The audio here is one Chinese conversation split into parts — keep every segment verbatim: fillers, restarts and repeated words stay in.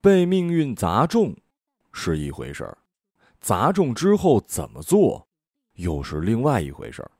被命运砸中是一回事儿，砸中之后怎么做又是另外一回事儿。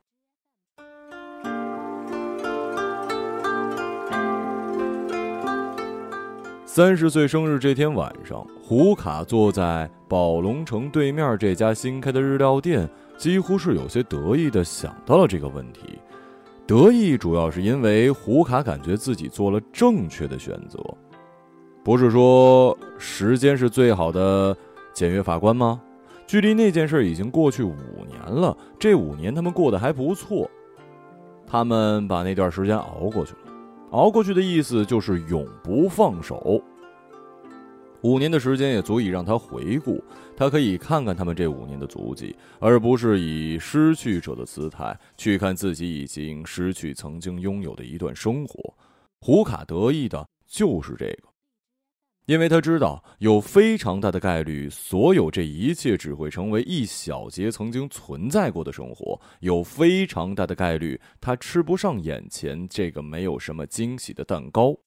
三十岁生日这天晚上，胡卡坐在宝龙城对面这家新开的日料店，几乎是有些得意地想到了这个问题。得意主要是因为胡卡感觉自己做了正确的选择。不是说时间是最好的检阅法官吗？距离那件事已经过去五年了，这五年他们过得还不错。他们把那段时间熬过去了，熬过去的意思就是永不放手。五年的时间也足以让他回顾，他可以看看他们这五年的足迹，而不是以失去者的姿态去看自己已经失去曾经拥有的一段生活。胡卡得意的就是这个，因为他知道有非常大的概率，所有这一切只会成为一小节曾经存在过的生活，有非常大的概率他吃不上眼前这个没有什么惊喜的蛋糕。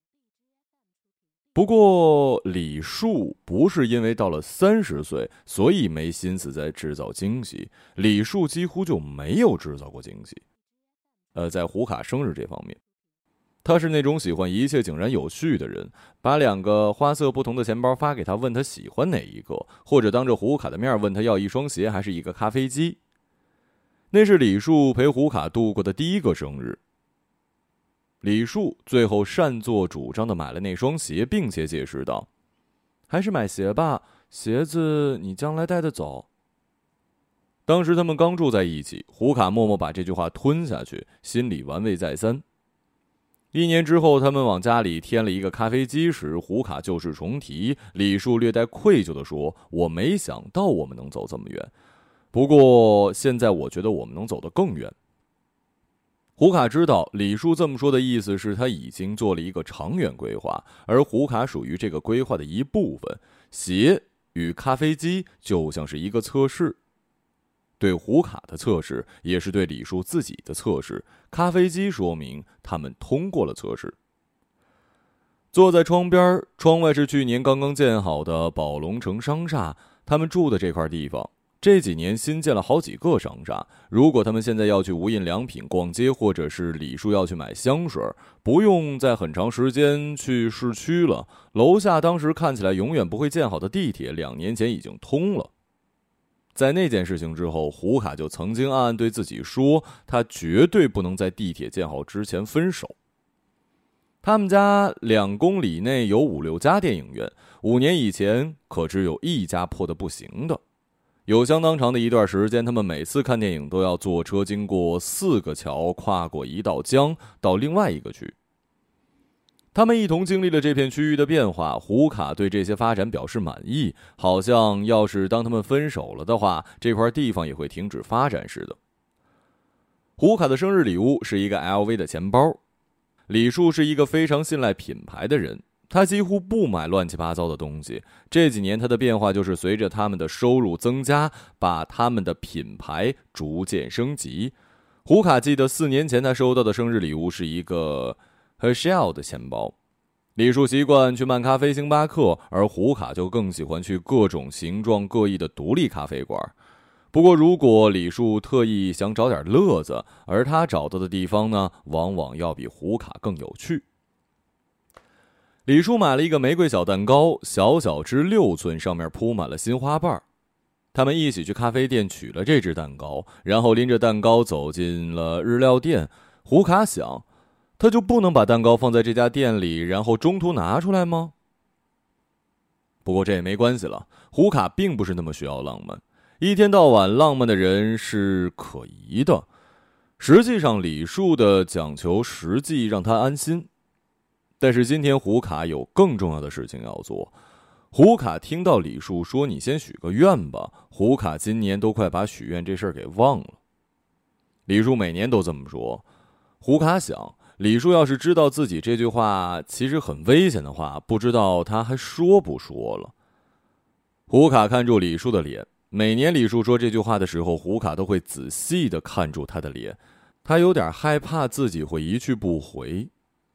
不过李树不是因为到了三十岁所以没心思再制造惊喜，李树几乎就没有制造过惊喜。呃，在胡卡生日这方面，他是那种喜欢一切井然有序的人，把两个花色不同的钱包发给他，问他喜欢哪一个，或者当着胡卡的面问他要一双鞋还是一个咖啡机。那是李树陪胡卡度过的第一个生日。李树最后擅作主张地买了那双鞋，并且解释道：“还是买鞋吧，鞋子你将来带得走。”当时他们刚住在一起，胡卡默默把这句话吞下去，心里玩味再三。一年之后，他们往家里添了一个咖啡机时，胡卡旧事重提，李树略带愧疚地说：“我没想到我们能走这么远，不过现在我觉得我们能走得更远。”胡卡知道李树这么说的意思是他已经做了一个长远规划，而胡卡属于这个规划的一部分。鞋与咖啡机就像是一个测试，对胡卡的测试也是对李树自己的测试。咖啡机说明他们通过了测试。坐在窗边，窗外是去年刚刚建好的宝龙城商厦，他们住的这块地方这几年新建了好几个商厦，如果他们现在要去无印良品逛街，或者是李树要去买香水，不用再很长时间去市区了。楼下当时看起来永远不会建好的地铁，两年前已经通了。在那件事情之后，胡卡就曾经暗暗对自己说，他绝对不能在地铁建好之前分手。他们家两公里内有五六家电影院，五年以前可只有一家破得不行的。有相当长的一段时间，他们每次看电影都要坐车经过四个桥，跨过一道江到另外一个区。他们一同经历了这片区域的变化，胡卡对这些发展表示满意，好像要是当他们分手了的话，这块地方也会停止发展似的。胡卡的生日礼物是一个 L V 的钱包。李树是一个非常信赖品牌的人，他几乎不买乱七八糟的东西。这几年他的变化就是随着他们的收入增加，把他们的品牌逐渐升级。胡卡记得四年前他收到的生日礼物是一个 Herschel 的钱包。李树习惯去漫咖啡、星巴克，而胡卡就更喜欢去各种形状各异的独立咖啡馆。不过如果李树特意想找点乐子，而他找到的地方呢，往往要比胡卡更有趣。李树买了一个玫瑰小蛋糕，小小只六寸，上面铺满了新花瓣。他们一起去咖啡店取了这只蛋糕，然后拎着蛋糕走进了日料店。胡卡想，他就不能把蛋糕放在这家店里，然后中途拿出来吗？不过这也没关系了，胡卡并不是那么需要浪漫，一天到晚浪漫的人是可疑的。实际上李树的讲求实际让他安心。但是今天胡卡有更重要的事情要做。胡卡听到李树说你先许个愿吧，胡卡今年都快把许愿这事儿给忘了。李树每年都这么说。胡卡想，李树要是知道自己这句话其实很危险的话，不知道他还说不说了。胡卡看住李树的脸，每年李树说这句话的时候，胡卡都会仔细地看住他的脸，他有点害怕自己会一去不回。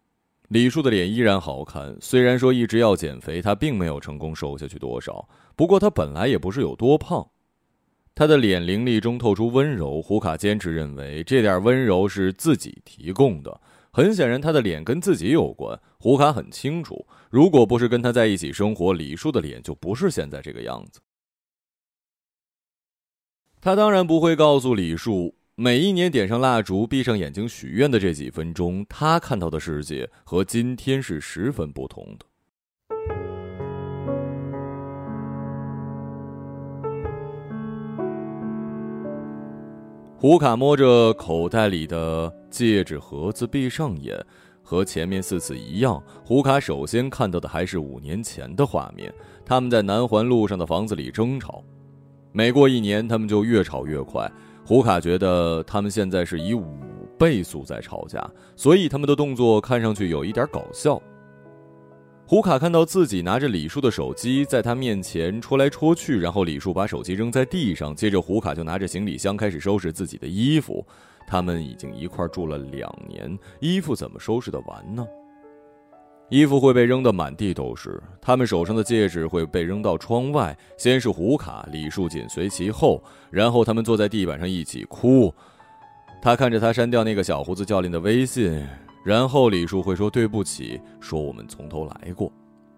李树的脸依然好看，虽然说一直要减肥，他并没有成功瘦下去多少，不过他本来也不是有多胖。他的脸凌厉中透出温柔，胡卡坚持认为这点温柔是自己提供的。很显然他的脸跟自己有关，胡卡很清楚，如果不是跟他在一起生活，李树的脸就不是现在这个样子。他当然不会告诉李树，每一年点上蜡烛闭上眼睛许愿的这几分钟，他看到的世界和今天是十分不同的。胡卡摸着口袋里的戒指盒子，闭上眼，和前面四次一样，胡卡首先看到的还是五年前的画面，他们在南环路上的房子里争吵。每过一年，他们就越吵越快。胡卡觉得他们现在是以五倍速在吵架，所以他们的动作看上去有一点搞笑。胡卡看到自己拿着李树的手机在他面前戳来戳去，然后李树把手机扔在地上，接着胡卡就拿着行李箱开始收拾自己的衣服。他们已经一块住了两年，衣服怎么收拾得完呢？衣服会被扔得满地都是，他们手上的戒指会被扔到窗外，先是胡卡，李树紧随其后，然后他们坐在地板上一起哭。他看着他删掉那个小胡子教练的微信，然后李树会说对不起，说我们从头来过。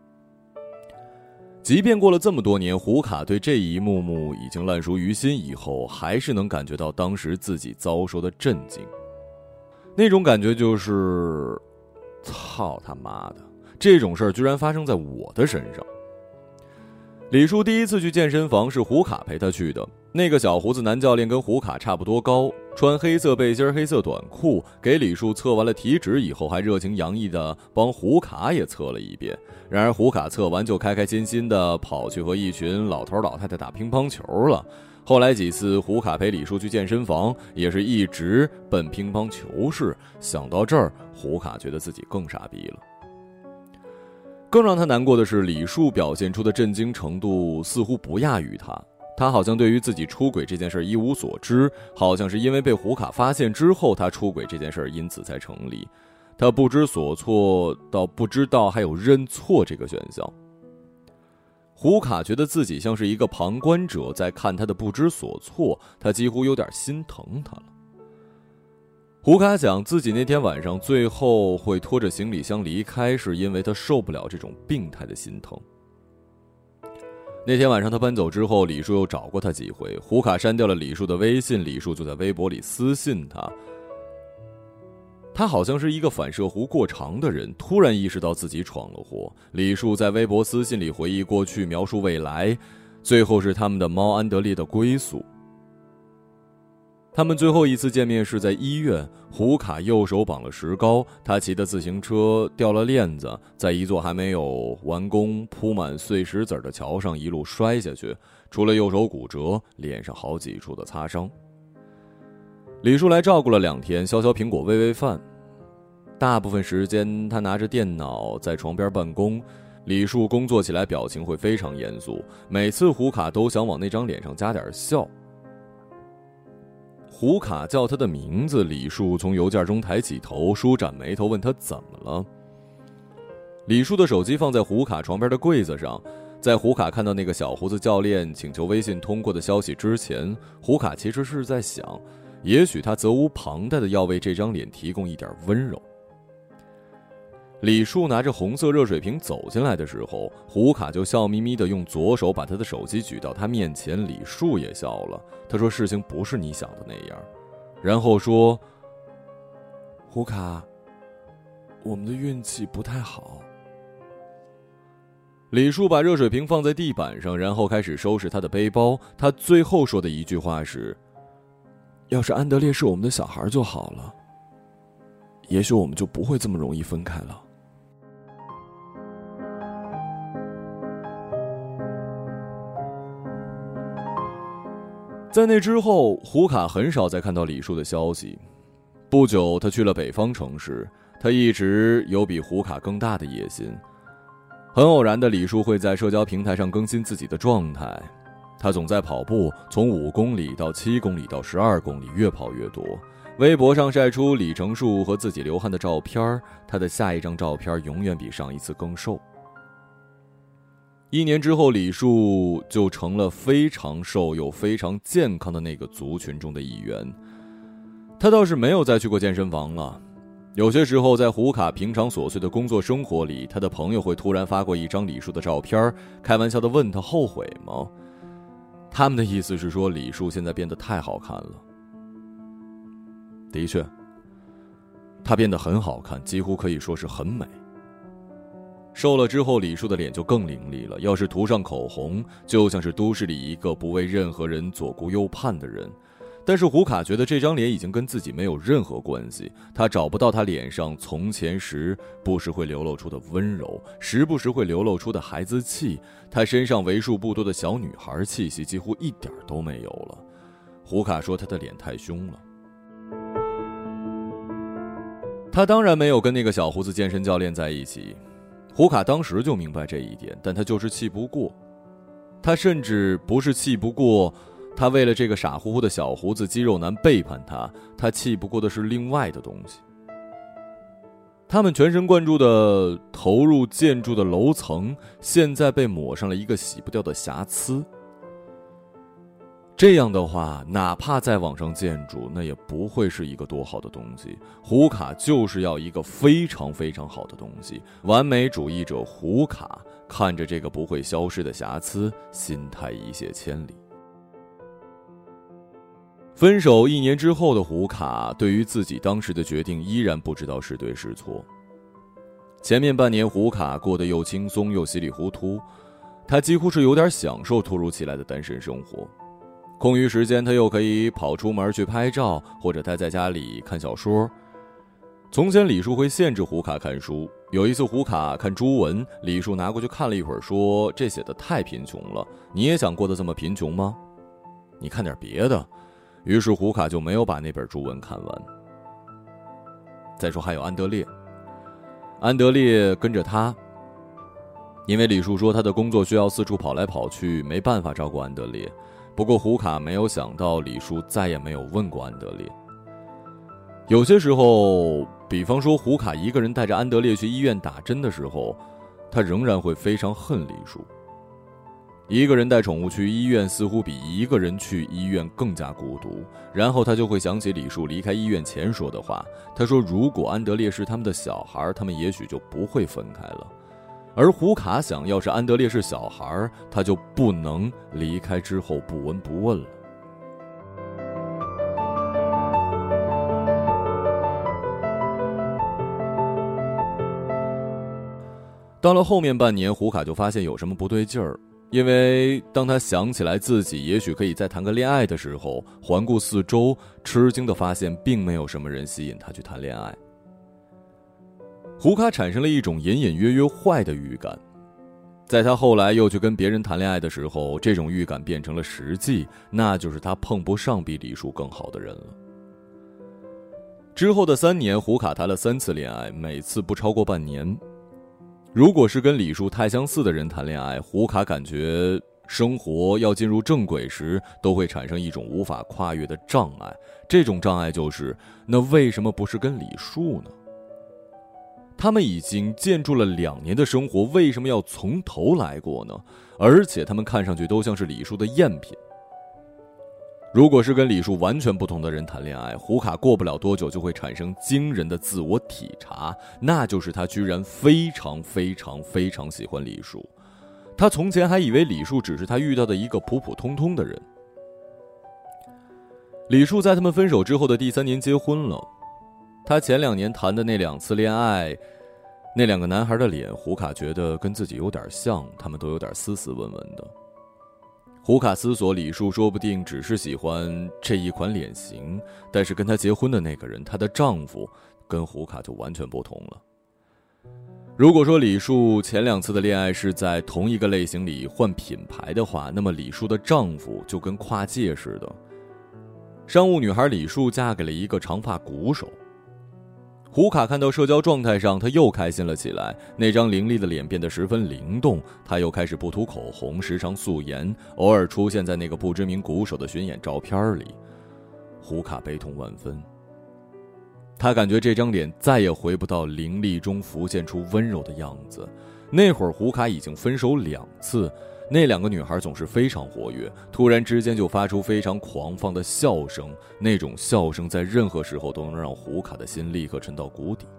即便过了这么多年，胡卡对这一幕幕已经烂熟于心以后，还是能感觉到当时自己遭受的震惊。那种感觉就是操他妈的，这种事儿居然发生在我的身上。李树第一次去健身房是胡卡陪他去的，那个小胡子男教练跟胡卡差不多高，穿黑色背心黑色短裤，给李树测完了体脂以后，还热情洋溢的帮胡卡也测了一遍。然而胡卡测完就开开心心的跑去和一群老头老太太打乒乓球了。后来几次胡卡陪李树去健身房，也是一直奔乒乓球室。想到这儿，胡卡觉得自己更傻逼了。更让他难过的是，李树表现出的震惊程度似乎不亚于他。他好像对于自己出轨这件事一无所知，好像是因为被胡卡发现之后，他出轨这件事因此才成立。他不知所措到不知道还有认错这个选项。胡卡觉得自己像是一个旁观者，在看他的不知所措，他几乎有点心疼他了。胡卡想自己那天晚上最后会拖着行李箱离开，是因为他受不了这种病态的心疼。那天晚上他搬走之后，李树又找过他几回，胡卡删掉了李树的微信，李树就在微博里私信他。他好像是一个反射弧过长的人，突然意识到自己闯了祸。李树在微博私信里回忆过去，描述未来，最后是他们的猫安德烈的归宿。他们最后一次见面是在医院，胡卡右手绑了石膏，他骑的自行车掉了链子，在一座还没有完工铺满碎石子的桥上一路摔下去，除了右手骨折，脸上好几处的擦伤。李树来照顾了两天，削削苹果喂喂饭，大部分时间他拿着电脑在床边办公。李树工作起来表情会非常严肃，每次胡卡都想往那张脸上加点笑。胡卡叫他的名字，李树从邮件中抬起头，舒展眉头问他怎么了。李树的手机放在胡卡床边的柜子上，在胡卡看到那个小胡子教练请求微信通过的消息之前，胡卡其实是在想，也许他责无旁贷的要为这张脸提供一点温柔。李树拿着红色热水瓶走进来的时候，胡卡就笑眯眯地用左手把他的手机举到他面前，李树也笑了。他说事情不是你想的那样，然后说，胡卡，我们的运气不太好。李树把热水瓶放在地板上，然后开始收拾他的背包。他最后说的一句话是，要是安德烈是我们的小孩就好了，也许我们就不会这么容易分开了。在那之后，胡卡很少再看到李树的消息。不久，他去了北方城市，他一直有比胡卡更大的野心。很偶然的，李树会在社交平台上更新自己的状态，他总在跑步，从五公里到七公里到十二公里，越跑越多。 微博上晒出李成树和自己流汗的照片，他的下一张照片永远比上一次更瘦。一年之后，李树就成了非常瘦又非常健康的那个族群中的一员。他倒是没有再去过健身房了。有些时候，在胡卡平常琐碎的工作生活里，他的朋友会突然发过一张李树的照片，开玩笑地问他后悔吗？他们的意思是说，李树现在变得太好看了。的确，她变得很好看，几乎可以说是很美。瘦了之后，李树的脸就更凌厉了，要是涂上口红，就像是都市里一个不为任何人左顾右盼的人。但是胡卡觉得这张脸已经跟自己没有任何关系，他找不到他脸上从前时不时会流露出的温柔，时不时会流露出的孩子气，他身上为数不多的小女孩气息几乎一点都没有了。胡卡说他的脸太凶了。他当然没有跟那个小胡子健身教练在一起，胡卡当时就明白这一点，但他就是气不过。他甚至不是气不过他为了这个傻乎乎的小胡子肌肉男背叛他，他气不过的是另外的东西。他们全神贯注的投入建筑的楼层，现在被抹上了一个洗不掉的瑕疵。这样的话，哪怕再往上建筑，那也不会是一个多好的东西。胡卡就是要一个非常非常好的东西。完美主义者胡卡看着这个不会消失的瑕疵，心态一泻千里。分手一年之后的胡卡，对于自己当时的决定依然不知道是对是错。前面半年胡卡过得又轻松又稀里糊涂，他几乎是有点享受突如其来的单身生活。空余时间，他又可以跑出门去拍照，或者待在家里看小说。从前李树会限制胡卡看书，有一次胡卡看朱文，李树拿过去看了一会儿，说这写的太贫穷了，你也想过得这么贫穷吗？你看点别的。于是胡卡就没有把那本朱文看完。再说还有安德烈，安德烈跟着他，因为李树说他的工作需要四处跑来跑去，没办法照顾安德烈。不过胡卡没有想到，李树再也没有问过安德烈。有些时候，比方说胡卡一个人带着安德烈去医院打针的时候，他仍然会非常恨李树。一个人带宠物去医院，似乎比一个人去医院更加孤独。然后他就会想起李树离开医院前说的话，他说如果安德烈是他们的小孩，他们也许就不会分开了。而胡卡想，要是安德烈是小孩，他就不能离开之后不闻不问了。到了后面半年，胡卡就发现有什么不对劲儿，因为当他想起来自己也许可以再谈个恋爱的时候，环顾四周，吃惊地发现并没有什么人吸引他去谈恋爱。胡卡产生了一种隐隐约约坏的预感，在他后来又去跟别人谈恋爱的时候，这种预感变成了实际，那就是他碰不上比李树更好的人了。之后的三年，胡卡谈了三次恋爱，每次不超过半年。如果是跟李树太相似的人谈恋爱，胡卡感觉生活要进入正轨时，都会产生一种无法跨越的障碍。这种障碍就是，那为什么不是跟李树呢？他们已经建筑了两年的生活，为什么要从头来过呢？而且他们看上去都像是李树的赝品。如果是跟李树完全不同的人谈恋爱，胡卡过不了多久就会产生惊人的自我体察，那就是他居然非常非常非常喜欢李树。他从前还以为李树只是他遇到的一个普普通通的人。李树在他们分手之后的第三年结婚了。他前两年谈的那两次恋爱，那两个男孩的脸，胡卡觉得跟自己有点像，他们都有点斯斯文文的。胡卡思索，李树说不定只是喜欢这一款脸型，但是跟他结婚的那个人，她的丈夫，跟胡卡就完全不同了。如果说李树前两次的恋爱是在同一个类型里换品牌的话，那么李树的丈夫就跟跨界似的。商务女孩李树嫁给了一个长发鼓手。胡卡看到社交状态上，他又开心了起来，那张凌厉的脸变得十分灵动，他又开始不涂口红，时常素颜，偶尔出现在那个不知名鼓手的巡演照片里。胡卡悲痛万分， 他感觉这张脸再也回不到凌厉中浮现出温柔的样子。那会儿胡卡已经分手两次，那两个女孩总是非常活跃，突然之间就发出非常狂放的笑声，那种笑声在任何时候都能让胡卡的心立刻沉到谷底。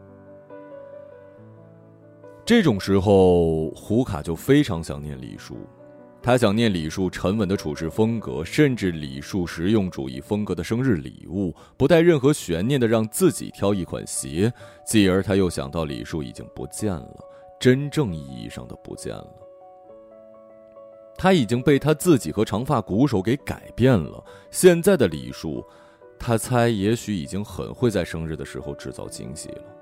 这种时候，胡卡就非常想念李树，他想念李树沉稳的处事风格，甚至李树实用主义风格的生日礼物，不带任何悬念的让自己挑一款鞋。继而他又想到李树已经不见了，真正意义上的不见了。他已经被他自己和长发鼓手给改变了。现在的李树，他猜也许已经很会在生日的时候制造惊喜了。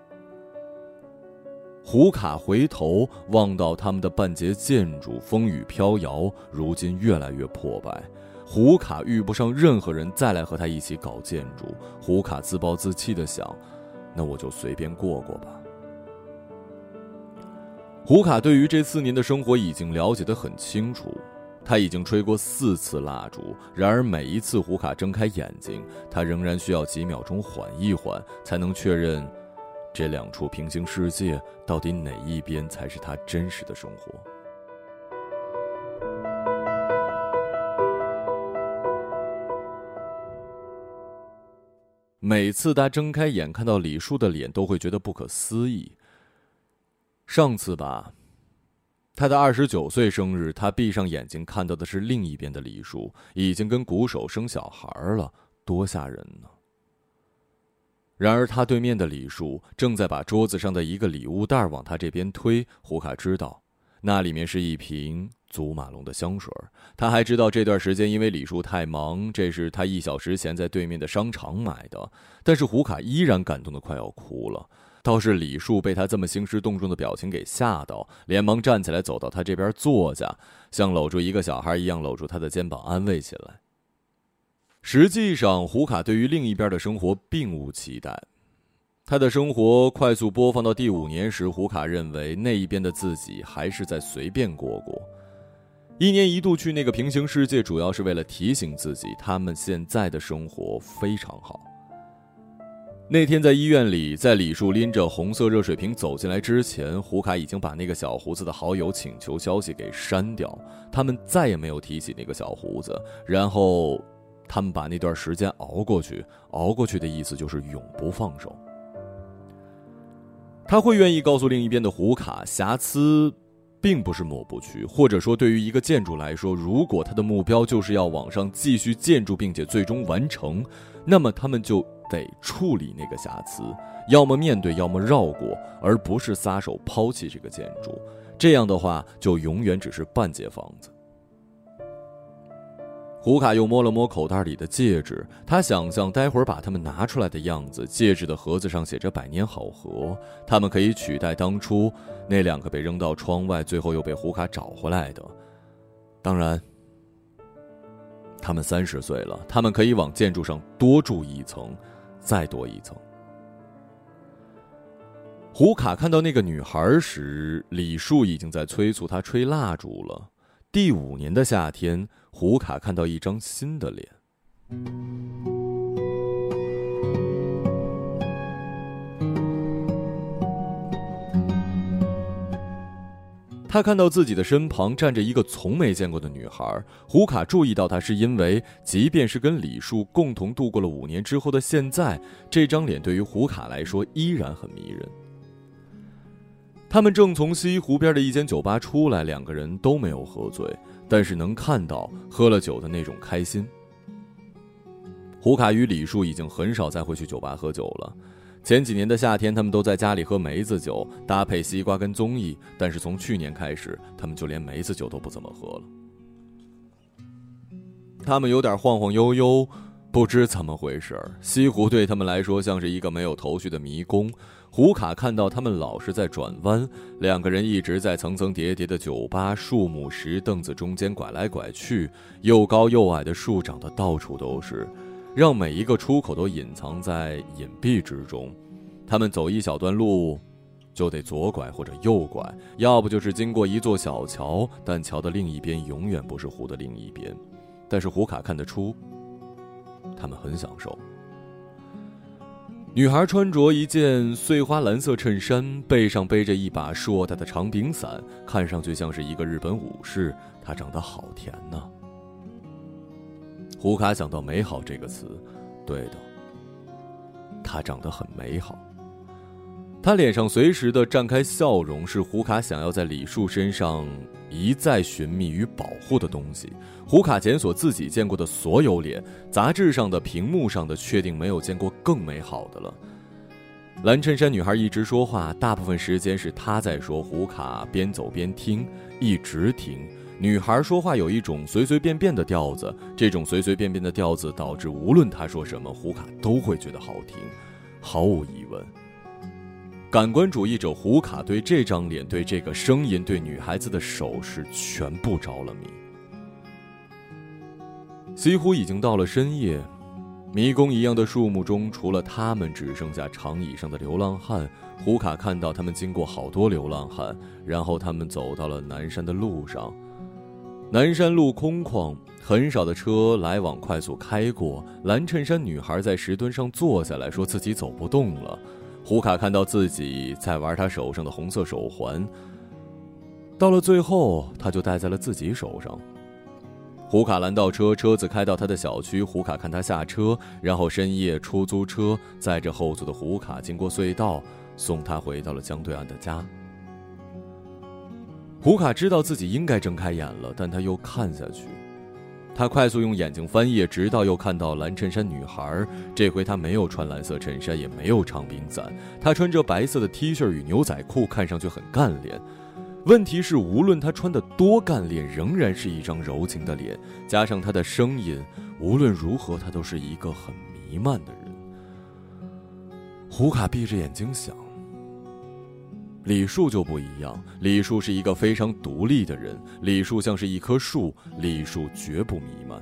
胡卡回头望到他们的半截建筑，风雨飘摇，如今越来越破败。胡卡遇不上任何人再来和他一起搞建筑。胡卡自暴自弃地想，那我就随便过过吧。胡卡对于这四年的生活已经了解得很清楚，他已经吹过四次蜡烛，然而每一次胡卡睁开眼睛，他仍然需要几秒钟缓一缓，才能确认这两处平行世界到底哪一边才是他真实的生活。每次他睁开眼看到李树的脸，都会觉得不可思议。上次吧，他的二十九岁生日，他闭上眼睛看到的是另一边的李树，已经跟鼓手生小孩了，多吓人呢！然而他对面的李树正在把桌子上的一个礼物袋往他这边推。胡卡知道，那里面是一瓶祖马龙的香水。他还知道这段时间因为李树太忙，这是他一小时前在对面的商场买的。但是胡卡依然感动得快要哭了。倒是李树被他这么兴师动众的表情给吓到，连忙站起来走到他这边坐下，像搂住一个小孩一样搂住他的肩膀安慰起来。实际上，胡卡对于另一边的生活并无期待。他的生活快速播放到第五年时，胡卡认为那一边的自己还是在随便过过。一年一度去那个平行世界，主要是为了提醒自己，他们现在的生活非常好。那天在医院里，在李树拎着红色热水瓶走进来之前，胡卡已经把那个小胡子的好友请求消息给删掉，他们再也没有提起那个小胡子。然后他们把那段时间熬过去，熬过去的意思就是永不放手。他会愿意告诉另一边的胡卡，瑕疵并不是抹不去，或者说对于一个建筑来说，如果他的目标就是要往上继续建筑并且最终完成，那么他们就得处理那个瑕疵，要么面对，要么绕过，而不是撒手抛弃这个建筑。这样的话就永远只是半截房子。胡卡又摸了摸口袋里的戒指，他想象待会儿把它们拿出来的样子，戒指的盒子上写着百年好合，它们可以取代当初那两个被扔到窗外最后又被胡卡找回来的。当然他们三十岁了，他们可以往建筑上多筑一层，再多一层。胡卡看到那个女孩时，李树已经在催促她吹蜡烛了。第五年的夏天，胡卡看到一张新的脸。他看到自己的身旁站着一个从没见过的女孩。胡卡注意到她是因为，即便是跟李树共同度过了五年之后的现在，这张脸对于胡卡来说依然很迷人。他们正从西湖边的一间酒吧出来，两个人都没有喝醉，但是能看到喝了酒的那种开心。胡卡与李树已经很少再会去酒吧喝酒了。前几年的夏天，他们都在家里喝梅子酒，搭配西瓜跟综艺，但是从去年开始，他们就连梅子酒都不怎么喝了。他们有点晃晃悠悠，不知怎么回事，西湖对他们来说像是一个没有头绪的迷宫。胡卡看到他们老是在转弯，两个人一直在层层叠叠的酒吧、树木、石凳子中间拐来拐去，又高又矮的树长得到处都是，让每一个出口都隐藏在隐蔽之中。他们走一小段路就得左拐或者右拐，要不就是经过一座小桥，但桥的另一边永远不是湖的另一边。但是胡卡看得出他们很享受。 女孩穿着一件碎花蓝色衬衫，背上背着一把硕大的长柄伞，看上去像是一个日本武士。她长得好甜呐。胡卡想到美好这个词，对的，她长得很美好。她脸上随时的绽开笑容，是胡卡想要在李树身上一再寻觅与保护的东西。胡卡检索自己见过的所有脸，杂志上的、屏幕上的，确定没有见过更美好的了。蓝衬衫女孩一直说话，大部分时间是她在说，胡卡边走边听，一直听。女孩说话有一种随随便便的调子，这种随随便便的调子导致无论她说什么，胡卡都会觉得好听。毫无疑问，感官主义者胡卡对这张脸、对这个声音、对女孩子的手势全部着了迷。几乎已经到了深夜，迷宫一样的树木中，除了他们，只剩下长椅上的流浪汉。胡卡看到他们经过好多流浪汉，然后他们走到了南山的路上。南山路空旷，很少的车来往快速开过。蓝衬衫女孩在石墩上坐下来，说自己走不动了。胡卡看到自己在玩她手上的红色手环，到了最后，他就戴在了自己手上。胡卡拦到车，车子开到他的小区，胡卡看他下车，然后深夜出租车载着后座的胡卡经过隧道，送他回到了江对岸的家。胡卡知道自己应该睁开眼了，但他又看下去。他快速用眼睛翻页，直到又看到蓝衬衫女孩。这回她没有穿蓝色衬衫，也没有长柄伞，她穿着白色的 T 恤与牛仔裤，看上去很干练。问题是，无论她穿得多干练，仍然是一张柔情的脸，加上她的声音，无论如何，她都是一个很弥漫的人。胡卡闭着眼睛想，李树就不一样，李树是一个非常独立的人，李树像是一棵树，李树绝不弥漫。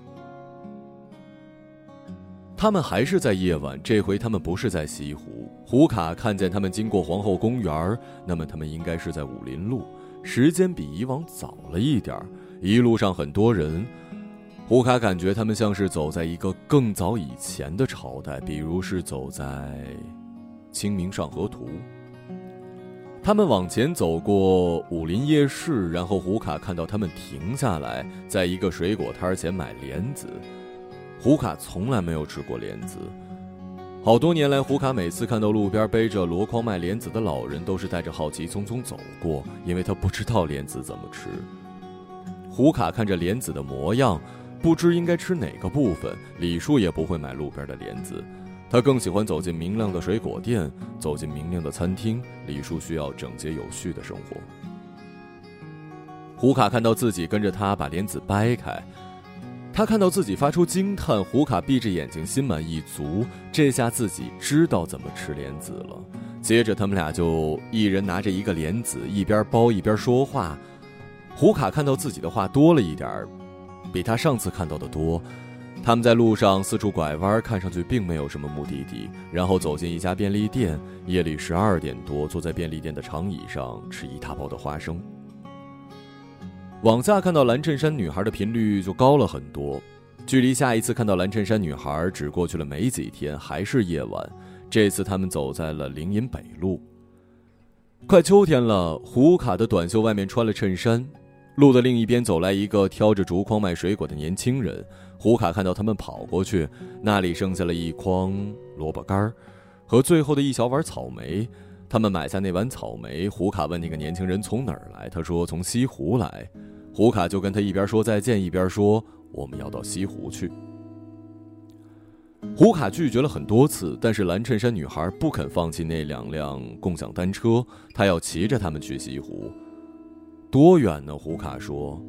他们还是在夜晚，这回他们不是在西湖。胡卡看见他们经过皇后公园，那么他们应该是在武林路，时间比以往早了一点，一路上很多人。胡卡感觉他们像是走在一个更早以前的朝代，比如是走在清明上河图。他们往前走过武林夜市，然后胡卡看到他们停下来，在一个水果摊前买莲子。胡卡从来没有吃过莲子，好多年来，胡卡每次看到路边背着箩筐卖莲子的老人，都是带着好奇匆匆走过，因为他不知道莲子怎么吃。胡卡看着莲子的模样，不知应该吃哪个部分。李树也不会买路边的莲子，他更喜欢走进明亮的水果店，走进明亮的餐厅。李树需要整洁有序的生活。胡卡看到自己跟着他把莲子掰开，他看到自己发出惊叹。胡卡闭着眼睛，心满意足，这下自己知道怎么吃莲子了。接着他们俩就一人拿着一个莲子，一边剥一边说话。胡卡看到自己的话多了一点，比他上次看到的多。他们在路上四处拐弯，看上去并没有什么目的地，然后走进一家便利店。夜里十二点多，坐在便利店的长椅上吃一大包的花生。往下看到蓝衬衫女孩的频率就高了很多，距离下一次看到蓝衬衫女孩只过去了没几天，还是夜晚。这次他们走在了灵隐北路。快秋天了，胡卡的短袖外面穿了衬衫。路的另一边走来一个挑着竹筐卖水果的年轻人。胡卡看到他们跑过去，那里剩下了一筐萝卜干和最后的一小碗草莓。他们买下那碗草莓，胡卡问那个年轻人从哪儿来，他说从西湖来。胡卡就跟他一边说再见，一边说我们要到西湖去。胡卡拒绝了很多次，但是蓝衬衫女孩不肯放弃那两辆共享单车，她要骑着他们去西湖。多远呢？胡卡说。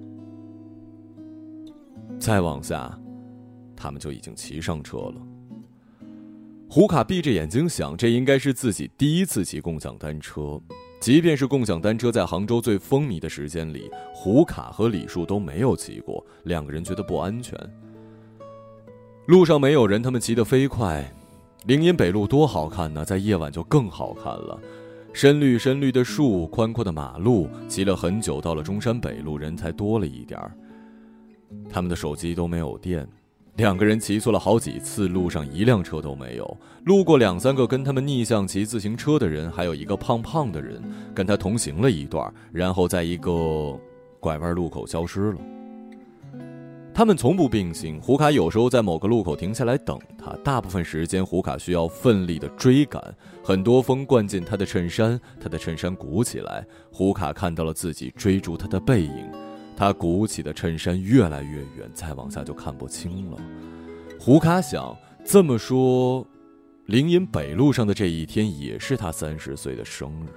再往下，他们就已经骑上车了。胡卡闭着眼睛想，这应该是自己第一次骑共享单车。即便是共享单车在杭州最风靡的时间里，胡卡和李树都没有骑过，两个人觉得不安全。路上没有人，他们骑得飞快。灵隐北路多好看呢，在夜晚就更好看了。深绿深绿的树，宽阔的马路，骑了很久，到了中山北路，人才多了一点儿。他们的手机都没有电， 两个人骑错了好几次，路上一辆车都没有。路过两三个跟他们逆向骑自行车的人，还有一个胖胖的人跟他同行了一段，然后在一个拐弯路口消失了。他们从不并行，胡卡有时候在某个路口停下来等他，大部分时间胡卡需要奋力的追赶，很多风灌进他的衬衫，他的衬衫鼓起来，胡卡看到了自己追逐他的背影，他鼓起的衬衫越来越远，再往下就看不清了。胡卡想，这么说灵隐北路上的这一天也是他三十岁的生日。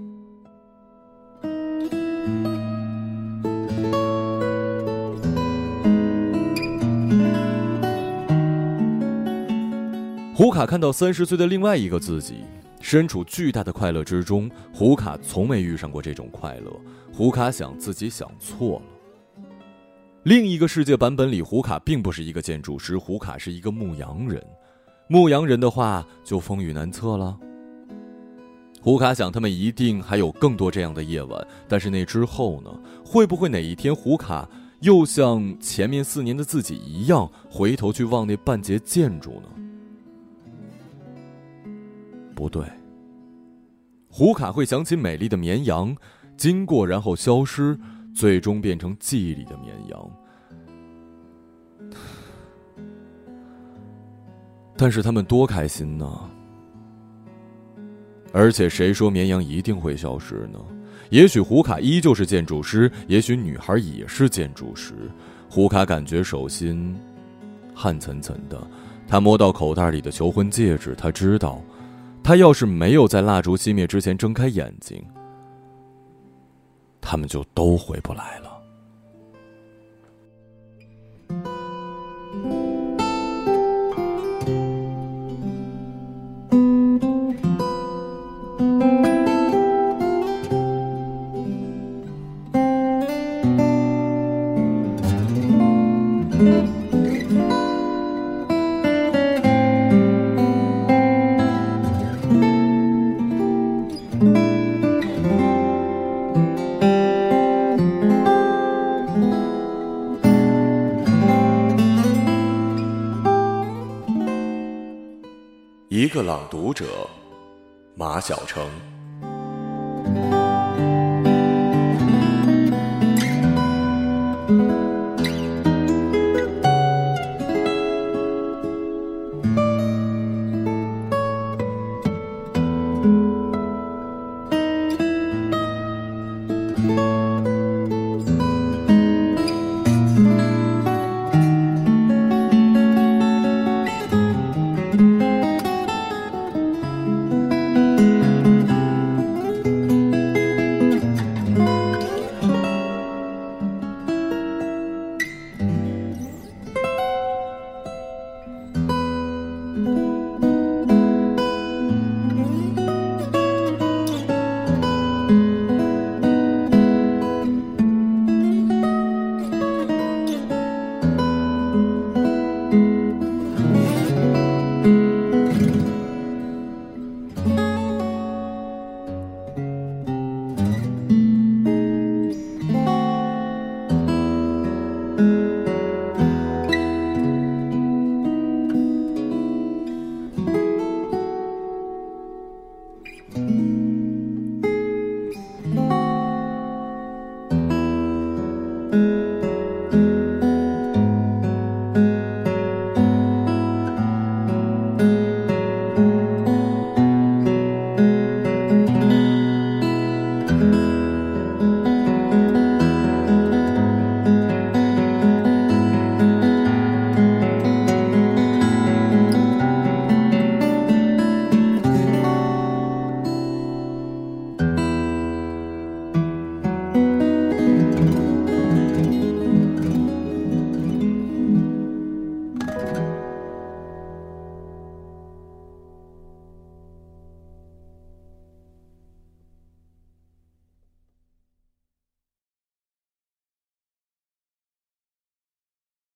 胡卡看到三十岁的另外一个自己，身处巨大的快乐之中。胡卡从没遇上过这种快乐。胡卡想，自己想错了。另一个世界版本里，胡卡并不是一个建筑师，胡卡是一个牧羊人。牧羊人的话就风雨难测了。胡卡想，他们一定还有更多这样的夜晚，但是那之后呢？会不会哪一天胡卡又像前面四年的自己一样，回头去望那半截建筑呢？不对，胡卡会想起美丽的绵羊，经过然后消失，最终变成记忆里的绵羊。但是他们多开心呢！而且谁说绵羊一定会消失呢？也许胡卡依旧是建筑师，也许女孩也是建筑师。胡卡感觉手心汗涔涔的，他摸到口袋里的求婚戒指，他知道他要是没有在蜡烛熄灭之前睁开眼睛，他们就都回不来了。一个朗读者，马晓成。